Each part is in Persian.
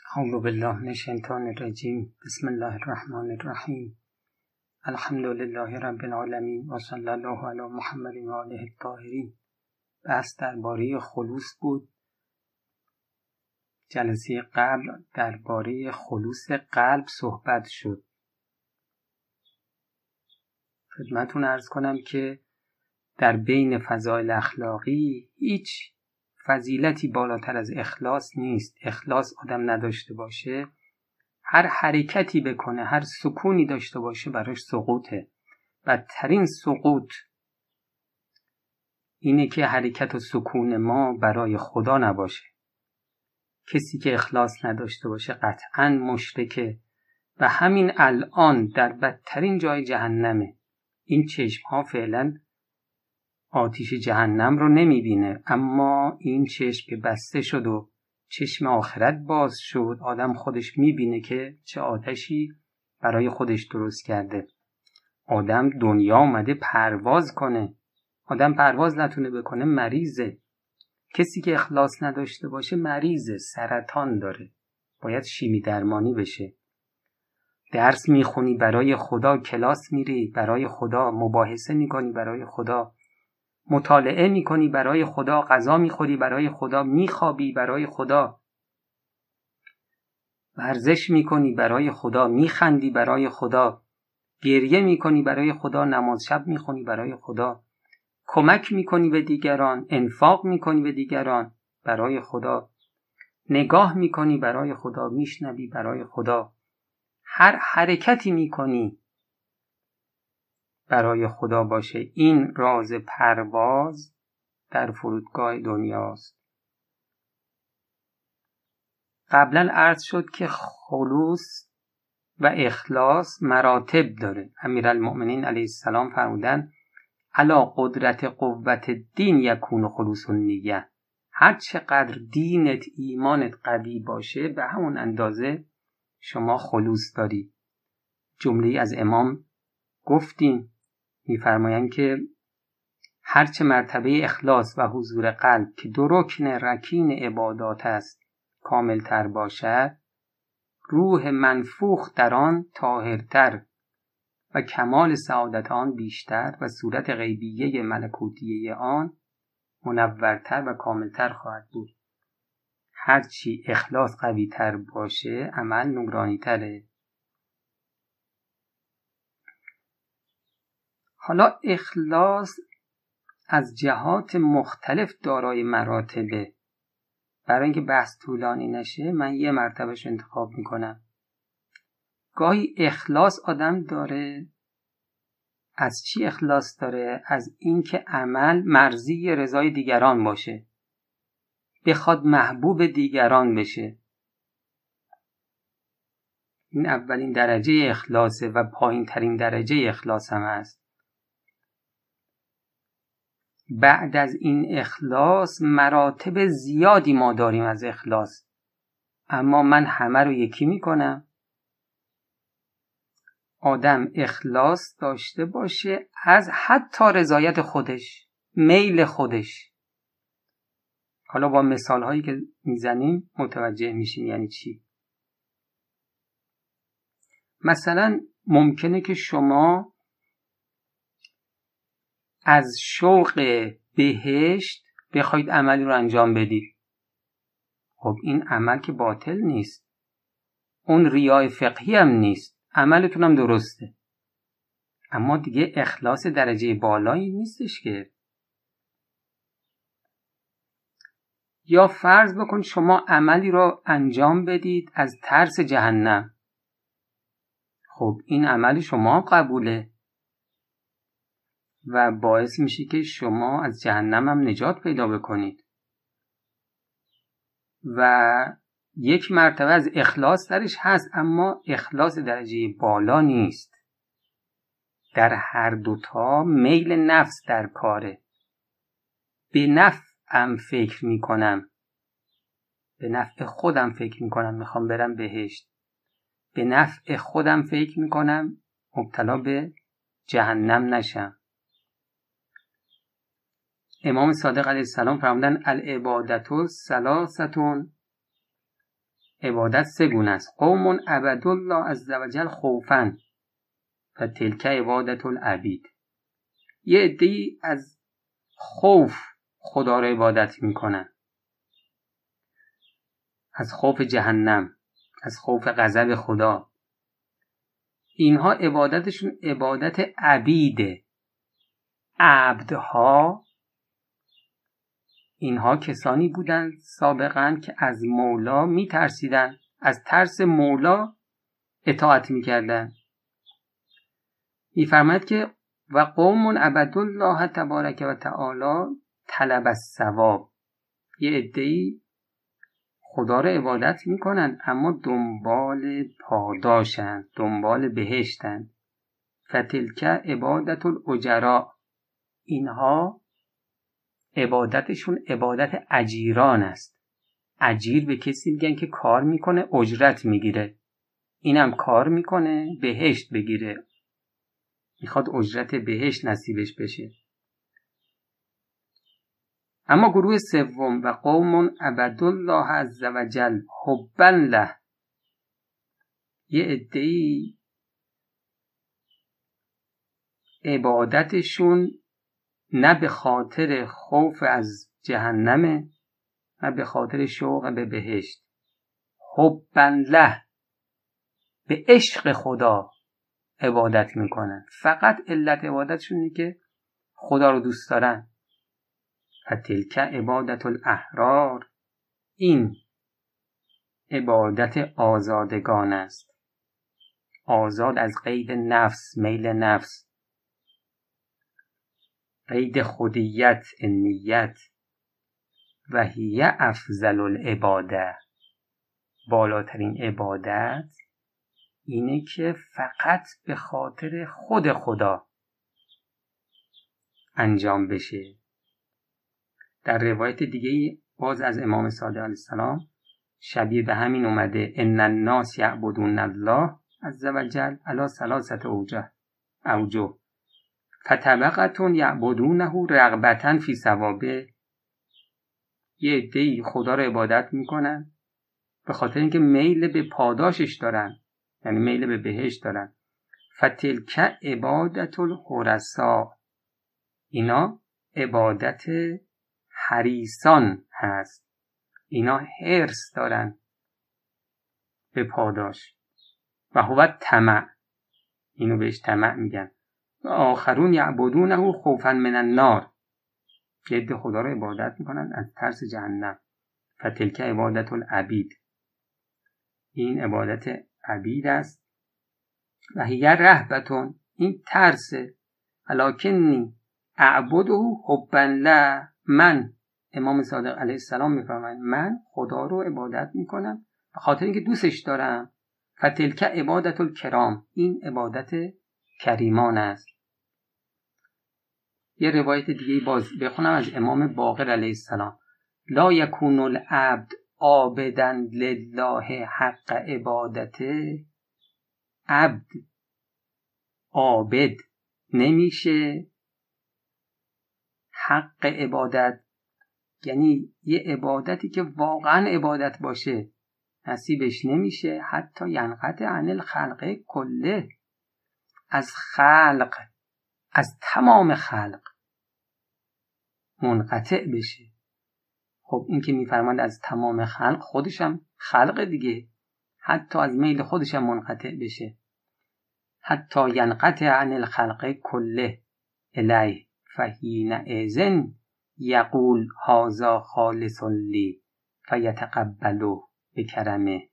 اعوذ بالله من الشیطان الرجیم. بسم الله الرحمن الرحیم. الحمد لله رب العالمین و صلی الله علی محمد و آله الطاهرین. بحث درباره خلوص بود. جلسه قبل درباره خلوص قلب صحبت شد. خدمتتون عرض کنم که در بین فضایل اخلاقی هیچ فضیلتی بالاتر از اخلاص نیست. اخلاص آدم نداشته باشه، هر حرکتی بکنه، هر سکونی داشته باشه، براش سقوطه. بدترین سقوط اینه که حرکت و سکون ما برای خدا نباشه. کسی که اخلاص نداشته باشه قطعاً مشرکه و همین الان در بدترین جای جهنمه. این چشم ها فعلا آتش جهنم رو نمیبینه، اما این چشم که بسته شد و چشم آخرت باز شد، آدم خودش میبینه که چه آتشی برای خودش درست کرده. آدم دنیا اومده پرواز کنه، آدم پرواز نتونه بکنه مریضه. کسی که اخلاص نداشته باشه مریضه، سرطان داره، باید شیمی درمانی بشه. درس میخونی برای خدا، کلاس میری برای خدا، مباحثه میکنی برای خدا، مطالعه میکنی برای خدا، غذا میخوری برای خدا، میخوابی برای خدا، ورزش میکنی برای خدا، میخندی برای خدا، گریه میکنی برای خدا، نماز شب میخونی برای خدا، کمک میکنی به دیگران، انفاق میکنی به دیگران برای خدا، نگاه میکنی برای خدا، میشنوی برای خدا، هر حرکتی میکنی برای خدا باشه. این راز پرواز در فرودگاه دنیاست. قبلا عرض شد که خلوص و اخلاص مراتب داره. امیرالمؤمنین علیه السلام فرمودن علا قدرت قوت دین یکون خلوص النیه. هر چقدر دینت، ایمانت قوی باشه، به همون اندازه شما خلوص داری. جمله از امام گفتیم، میفرمایند که هرچه مرتبه اخلاص و حضور قلب که دو رکن رکین عبادات است کاملتر باشد، روح منفوخ در آن طاهرتر و کمال سعادت آن بیشتر و صورت غیبیه ملکوتیه آن منورتر و کاملتر خواهد بود. هرچی اخلاص قوی تر باشه عمل نورانی تره. حالا اخلاص از جهات مختلف دارای مراتبه. برای اینکه بحث طولانی نشه من یه مرتبهش انتخاب میکنم. گاهی اخلاص آدم داره، از چی اخلاص داره؟ از اینکه عمل مرضی رضای دیگران باشه، بخواد محبوب دیگران بشه. این اولین درجه اخلاصه و پایین ترین درجه اخلاص هم هست. بعد از این اخلاص مراتب زیادی ما داریم از اخلاص، اما من همه رو یکی میکنم. آدم اخلاص داشته باشه از حتی رضایت خودش، میل خودش. حالا با مثال هایی که میزنیم متوجه میشیم یعنی چی. مثلا ممکنه که شما از شوق بهشت بخواید عملی رو انجام بدید. خب این عمل که باطل نیست، اون ریای فقهی هم نیست، عملتون هم درسته، اما دیگه اخلاص درجه بالایی نیستش که. یا فرض بکن شما عملی رو انجام بدید از ترس جهنم. خب این عمل شما قبوله و باعث میشه که شما از جهنم هم نجات پیدا بکنید و یک مرتبه از اخلاص درش هست، اما اخلاص درجه بالا نیست. در هر دوتا میل نفس در کاره. به نفعم فکر میکنم، به نفع خودم فکر میکنم میخوام برم بهشت، به نفع خودم فکر میکنم مبتلا به جهنم نشم. امام صادق علیه السلام فرمودن العبادت ثلاثه، عبادت سه گونه است. قوم عبدوا الله عز وجل خوفا فتلک عبادت العبید. یه عده‌ای از خوف خدا رو عبادت میکنن، از خوف جهنم، از خوف غضب خدا. اینها عبادتشون عبادت عبیده. عبدها اینها کسانی بودند سابقا که از مولا میترسیدن، از ترس مولا اطاعت میکردن. میفرماید که و قوم عبدوا الله تبارک و تعالی طلب الثواب. یه عده‌ای خدا رو عبادت میکنن اما دنبال پاداشن، دنبال بهشتن. فتلک عبادت الاجراء. اینها عبادتشون عبادت اجیران است. اجیر به کسی میگن که کار میکنه اجرت میگیره. اینم کار میکنه بهشت بگیره، میخواد اجرت بهشت نصیبش بشه. اما گروه سوم و قوم عبدوا الله عز وجل حبا له. یه عده‌ای عبادتشون نه به خاطر خوف از جهنمه، نه به خاطر شوق به بهشت. حبا له، به عشق خدا عبادت میکنن. فقط علت عبادتشون اینه که خدا رو دوست دارن. فتلک عبادت الاحرار. این عبادت آزادگان است، آزاد از قید نفس، میل نفس، قید خودیت، انیت. و هی افضل العباده. بالاترین عبادت اینه که فقط به خاطر خود خدا انجام بشه. در روایت دیگه باز از امام صادق علیه السلام شبیه به همین اومده: ان الناس یعبدون الله عز وجل علی ثلاثه اوجه فطبقة یعبدونه رغبة فی ثوابه. یه عده‌ای خدا رو عبادت میکنن به خاطر اینکه میل به پاداشش دارن، یعنی میل به بهشت دارن. فتلک عبادت الحرساء. اینا عبادت حریصان هست، اینا حرص دارن به پاداش. و هو طمع. اینو بهش طمع میگن. و آخرون یعبدونه خوفا من النار. یه عده خدا رو عبادت میکنن از ترس جهنم. فتلک عبادت العبید. این عبادت عبید است. و هی رهبتون. این ترسه. ولکنی اعبده حبا له. من، امام صادق علیه السلام میفرمایند، من خدا رو عبادت میکنم به خاطر اینکه دوستش دارم. فتلک عبادت الکرام. این عبادت کریمان است. یه روایت دیگه باز بخونم از امام باقر علیه السلام: لا یکون العبد عابدا لله حق عبادته. عبد عابد نمیشه حق عبادت، یعنی یه عبادتی که واقعا عبادت باشه نصیبش نمیشه. حتی ینقطع عن الخلق کله. از خلق، از تمام خلق منقطع بشه. خب این که میفرماند از تمام خلق، خودش هم خلق دیگه، حتی از میل خودش هم منقطع بشه. حتی ینقطع عن الخلق کله الیه فحینئذ یقول هذا خالص لی فیتقبله بکرمه.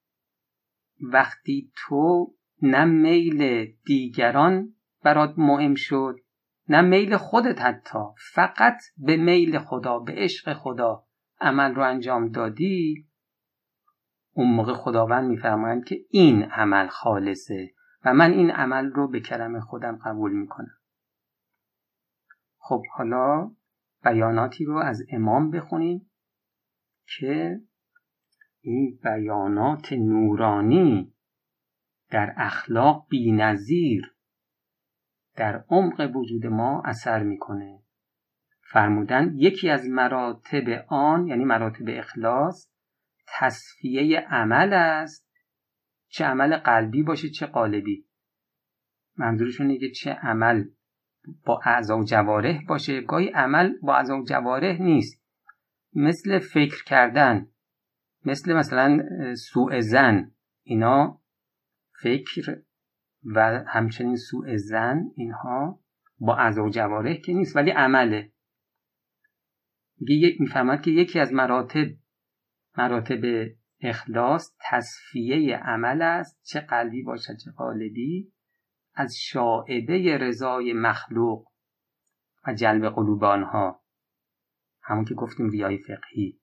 وقتی تو نه میل دیگران برات مهم شد نه میل خودت، حتی فقط به میل خدا، به عشق خدا عمل رو انجام دادی، اون موقع خداوند میفرمایند که این عمل خالصه و من این عمل رو به کرم خودم قبول میکنم. خب حالا بیاناتی رو از امام بخونیم که این بیانات نورانی در اخلاق بی‌نظیر در عمق وجود ما اثر میکنه. فرمودن یکی از مراتب آن، یعنی مراتب اخلاص، تصفیه عمل است، چه عمل قلبی باشه چه قالبی. منظورشون اینه که چه عمل با اعضا و جوارح باشه. گاهی عمل با اعضا و جوارح نیست، مثل فکر کردن، مثلا سوء ظن، اینا فکر و همچنین سوء ظن اینها با اعضا و جوارح که نیست ولی عمله. میفهمد که یکی از مراتب اخلاص تصفیه عمل است، چه قلبی باشد چه قالبی، از شائبه رضای مخلوق و جلب قلوب آنها، همون که گفتیم ریای فقهی.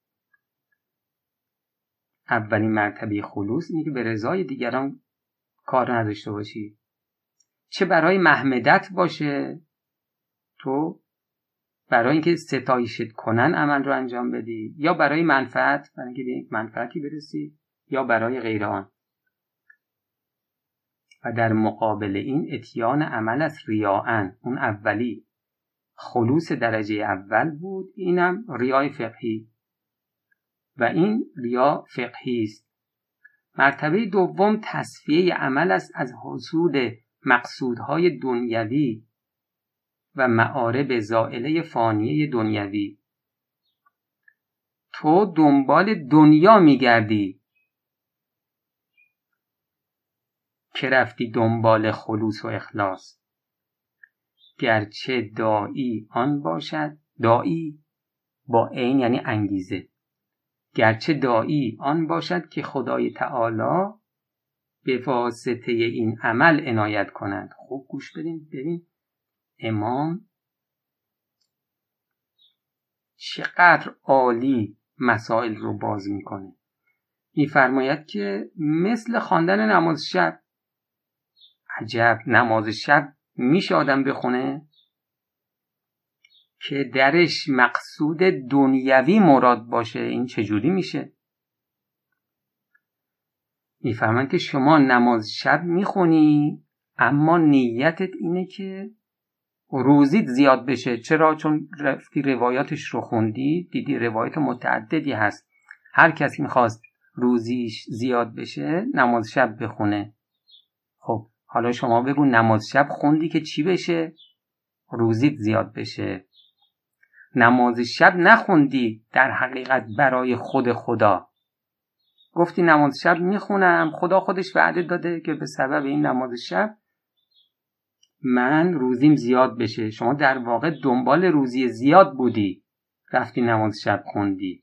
اولین مرتبه خلوص اینه که به رضای دیگران کار نداشته باشی، چه برای محمدت باشه، تو برای اینکه ستایشت کنن عمل رو انجام بدی، یا برای منفعت، برای اینکه به یک منفعتی برسی، یا برای غیر آن. و در مقابل این اتیان عمل است ریاءن، اون اولی خلوص درجه اول بود، اینم ریای فقهی و این ریا فقهی است. مرتبه دوم تصفیه عمل است از حصول مقصودهای دنیوی و معارب زائله فانیه دنیوی. تو دنبال دنیا میگردی که رفتی دنبال خلوص و اخلاص، گرچه داعی آن باشد، داعی با عین یعنی انگیزه، گرچه داعی آن باشد که خدای تعالی به واسطه این عمل عنایت کند. خوب گوش بدین، ببین امام چقدر عالی مسائل رو باز میکنه. میفرماید که مثل خواندن نماز شب، عجب نماز شب میشه آدم بخونه که درش مقصود دنیوی مراد باشه؟ این چجوری میشه؟ میفرماید که شما نماز شب میخونی اما نیتت اینه که روزیت زیاد بشه. چرا؟ چون رفتی روایاتش رو خوندی، دیدی روایات متعددی هست، هر کسی میخواست روزیش زیاد بشه نماز شب بخونه. خب حالا شما بگو نماز شب خوندی که چی بشه؟ روزیت زیاد بشه. نماز شب نخوندی در حقیقت برای خدا، گفتی نماز شب میخونم، خدا خودش وعده داده که به سبب این نماز شب من روزیم زیاد بشه. شما در واقع دنبال روزی زیاد بودی، رفتی نماز شب خوندی.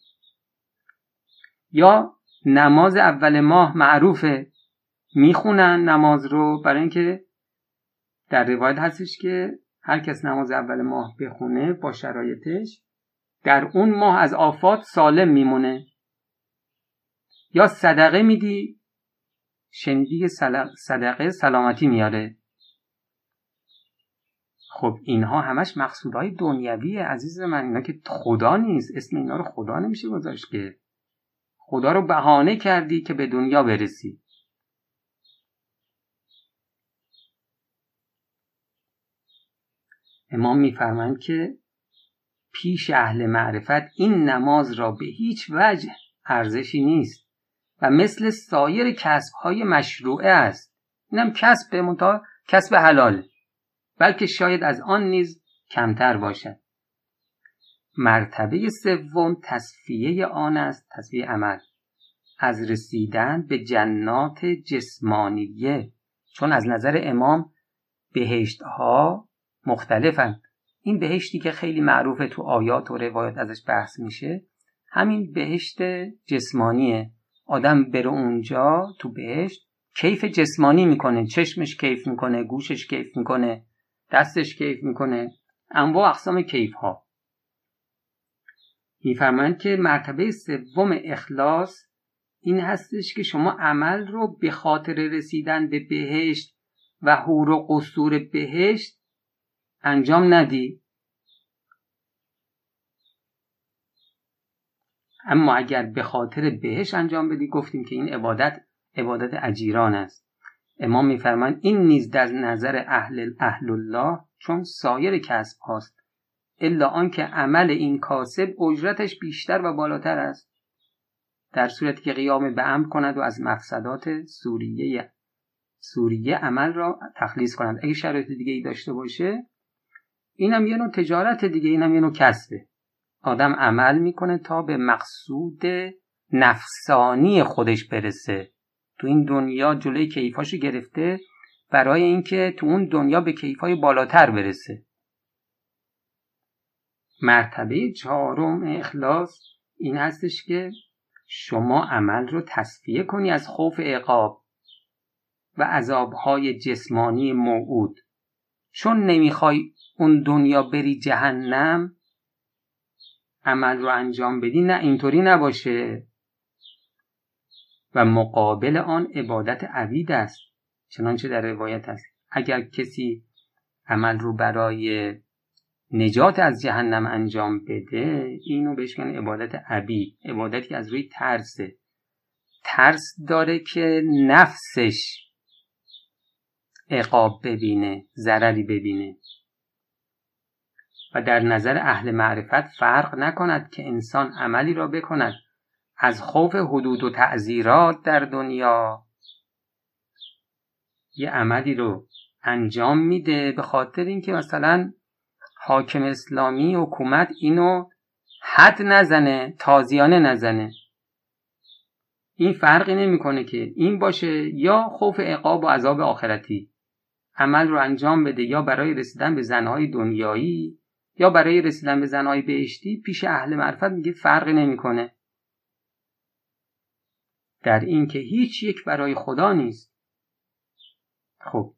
یا نماز اول ماه معروفه، میخونن نماز رو برای اینکه در روایت هستش که هر کس نماز اول ماه بخونه با شرایطش در اون ماه از آفات سالم میمونه. یا صدقه میدی، شنیدی صدقه سلامتی میاره. خب اینها همش مقصودهای دنیویه عزیز من، اینا که خدا نیست، اسم اینا رو خدا نمیشه گذاشت که. خدا رو بهانه کردی که به دنیا برسی. امام میفرمایند که پیش اهل معرفت این نماز را به هیچ وجه ارزشی نیست و مثل سایر کسب‌های مشروعه است. اینم کسب، منتها کسب حلال، بلکه شاید از آن نیز کمتر باشد. مرتبه سوم تصفیه آن است، تصفیه عمل از رسیدن به جنات جسمانیه. چون از نظر امام بهشت ها مختلفن. این بهشتی که خیلی معروفه تو آیات و روایات ازش بحث میشه، همین بهشت جسمانیه. آدم بره اونجا تو بهشت کیف جسمانی میکنه، چشمش کیف میکنه، گوشش کیف میکنه، دستش کیف میکنه، انواع اقسام کیف ها. میفرمایند که مرتبه سوم اخلاص این هستش که شما عمل رو به خاطر رسیدن به بهشت و حور و قصور بهشت انجام ندی. اما اگر به خاطر بهشت انجام بدی، گفتیم که این عبادت اجیران است. امام میفرمایند این نیز در نظر اهل الله چون سایر کسب هاست، الا آن که عمل این کاسب اجرتش بیشتر و بالاتر است. در صورتی که قیام به امر کند و از مفسدات سوریه عمل را تخلیص کند. اگه شرایط دیگه ای داشته باشه، اینم یه نوع تجارت دیگه، اینم یه نوع کسبه. آدم عمل میکنه تا به مقصود نفسانی خودش برسه. تو این دنیا جلوی کیفاشو گرفته برای اینکه تو اون دنیا به کیفای بالاتر برسه. مرتبه 4 اخلاص این هستش که شما عمل رو تصفیه کنی از خوف عقاب و عذابهای جسمانی موعود. چون نمیخوای اون دنیا بری جهنم، عمل رو انجام بدی. نه، اینطوری نباشه. و مقابل آن عبادت عبید است، چنانچه در روایت است. اگر کسی عمل رو برای نجات از جهنم انجام بده، اینو بهش میگن عبادت عبید. عبادتی که از روی ترس داره که نفسش عقاب ببینه، ضرری ببینه. و در نظر اهل معرفت فرق نکند که انسان عملی را بکند از خوف حدود و تعزیرات در دنیا، یه عملی رو انجام میده به خاطر اینکه مثلا حاکم اسلامی حکومت اینو حد نزنه، تازیانه نزنه. این فرقی نمیکنه که این باشه یا خوف عقاب و عذاب آخرتی. عمل رو انجام بده یا برای رسیدن به زنهای دنیایی یا برای رسیدن به زنهای بهشتی، پیش اهل معرفت میگه فرقی نمیکنه. در این که هیچ یک برای خدا نیست. خب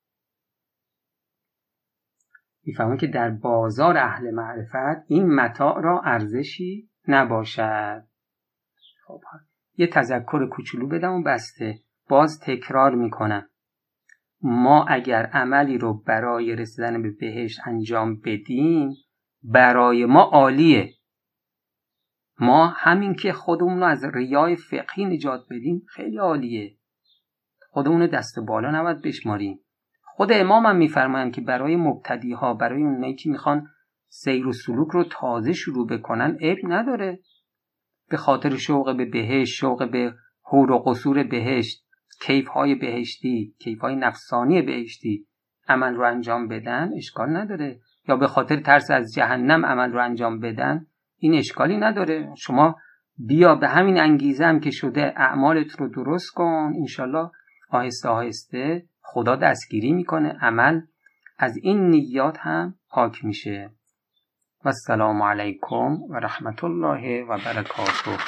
میفهمم که در بازار اهل معرفت این متاع را ارزشی نباشد. خب یه تذکر کوچولو بدم و بسته. باز تکرار میکنم، ما اگر عملی رو برای رسیدن به بهشت انجام بدیم، برای ما عالیه. ما همین که خودمون رو از ریای فقهی نجات بدیم خیلی عالیه. خودمون رو دست بالا نباید بشماریم. خود امام هم میفرمایند که برای مبتدی ها، برای اونایی که میخوان سیر و سلوک رو تازه شروع بکنن، عیب نداره به خاطر شوق به بهشت، شوق به حور و قصور بهشت، کیف‌های بهشتی، کیف‌های نفسانی بهشتی عمل رو انجام بدن، اشکال نداره. یا به خاطر ترس از جهنم عمل رو انجام بدن، این اشکالی نداره. شما بیا به همین انگیزه هم که شده اعمالت رو درست کن، انشالله آهسته آهسته خدا دستگیری میکنه، عمل از این نیات هم پاک میشه. و السلام علیکم و رحمت الله و برکاته.